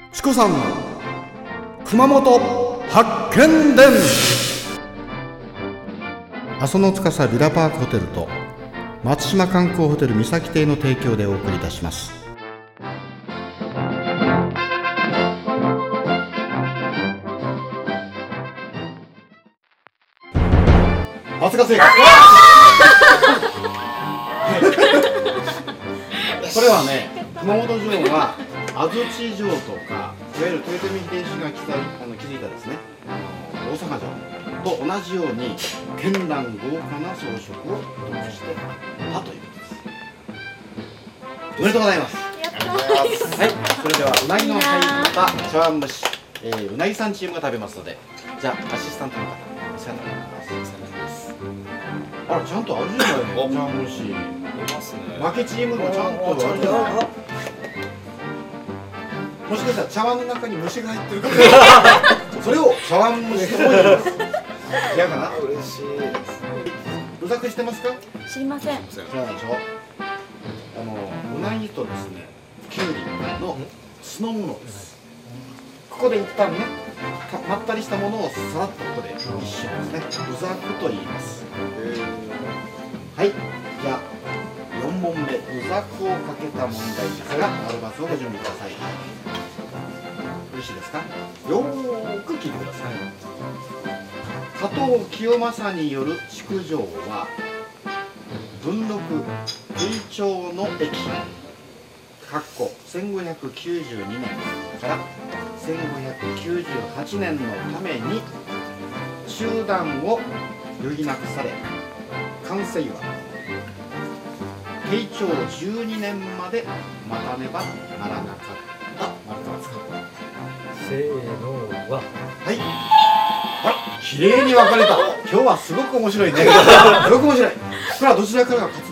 チコさんの熊本発見伝。阿蘇の司ビラパークホテルと松島観光ホテル三崎邸の提供でお送りいたします。松が正解。これはね、熊本城が安土城とか、いわゆる豊臣秀吉が築いたですね、大阪城と同じように絢爛豪華な装飾を施してたということです。おめでとうございます。はい、それではうなぎの入った茶碗蒸し、うなぎさんチームが食べますので、じゃあアシスタントの方、お世話になります。あら、ちゃんとあるじゃないの、茶碗蒸し。いますね。負けチームもちゃんとあるじゃない。もしかしたら茶碗の中に虫が入ってるかもしれない。それを茶碗蒸しとも言います。嫌かな。嬉しい。うざくしてますか。 知りません。 そうなんでしょ。うなぎとですね、きゅうりの酢の物です。ここで一旦ね、まったりしたものをさらっとここで一瞬ですね、うざくと言います。はい、じゃあ4問目、うざくをかけた問題ですが、アルバスをご準備ください。よろしいですか。よーく聞いてください。加藤清正による築城は文禄慶長の役1592年から1598年のために中断を余儀なくされ、完成は慶長12年まで待たねばならなかった。丸太は使う。 せーのは。 はい。あら、綺麗に分かれた。今日はすごく面白いね。すごく面白い。これはどちらからが勝つ